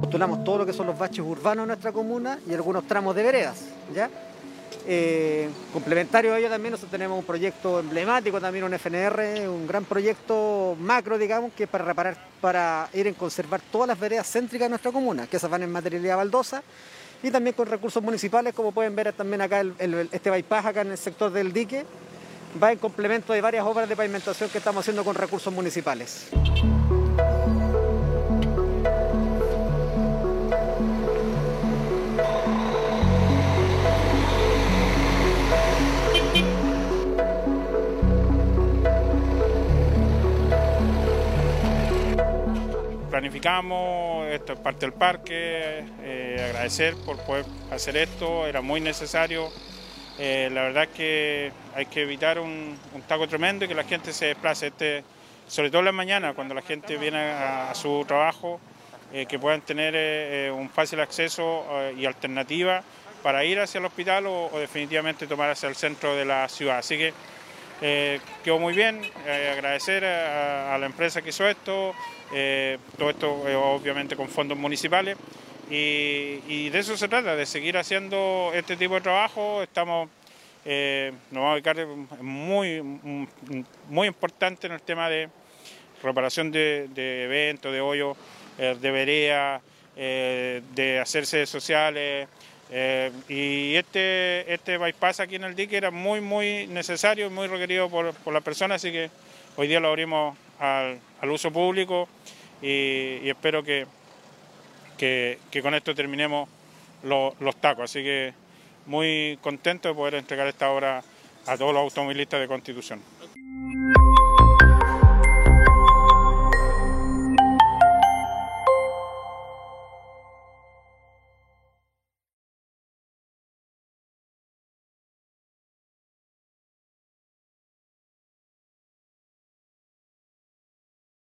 postulamos todo lo que son los baches urbanos de nuestra comuna y algunos tramos de veredas, ¿ya? Complementario a ello también nosotros tenemos un proyecto emblemático, también un FNR, un gran proyecto macro, digamos, que es para reparar, para ir en conservar todas las veredas céntricas de nuestra comuna, que esas van en materialidad baldosa, y también con recursos municipales, como pueden ver también acá este bypass acá en el sector del dique, va en complemento de varias obras de pavimentación que estamos haciendo con recursos municipales. Planificamos, esto es parte del parque, agradecer por poder hacer esto, era muy necesario. La verdad es que hay que evitar un taco tremendo y que la gente se desplace, sobre todo en la mañana, cuando la gente viene a su trabajo, que puedan tener un fácil acceso y alternativa para ir hacia el hospital o definitivamente tomar hacia el centro de la ciudad. Así que quedó muy bien, agradecer a la empresa que hizo esto, todo esto obviamente con fondos municipales y de eso se trata, de seguir haciendo este tipo de trabajo. Nos vamos a ubicar muy importante en el tema de reparación de eventos, de hoyos, de vereda, de hacerse sociales. Y este bypass aquí en el dique era muy necesario y muy requerido por las personas, así que hoy día lo abrimos al uso público y espero que con esto terminemos los tacos, así que muy contento de poder entregar esta obra a todos los automovilistas de Constitución.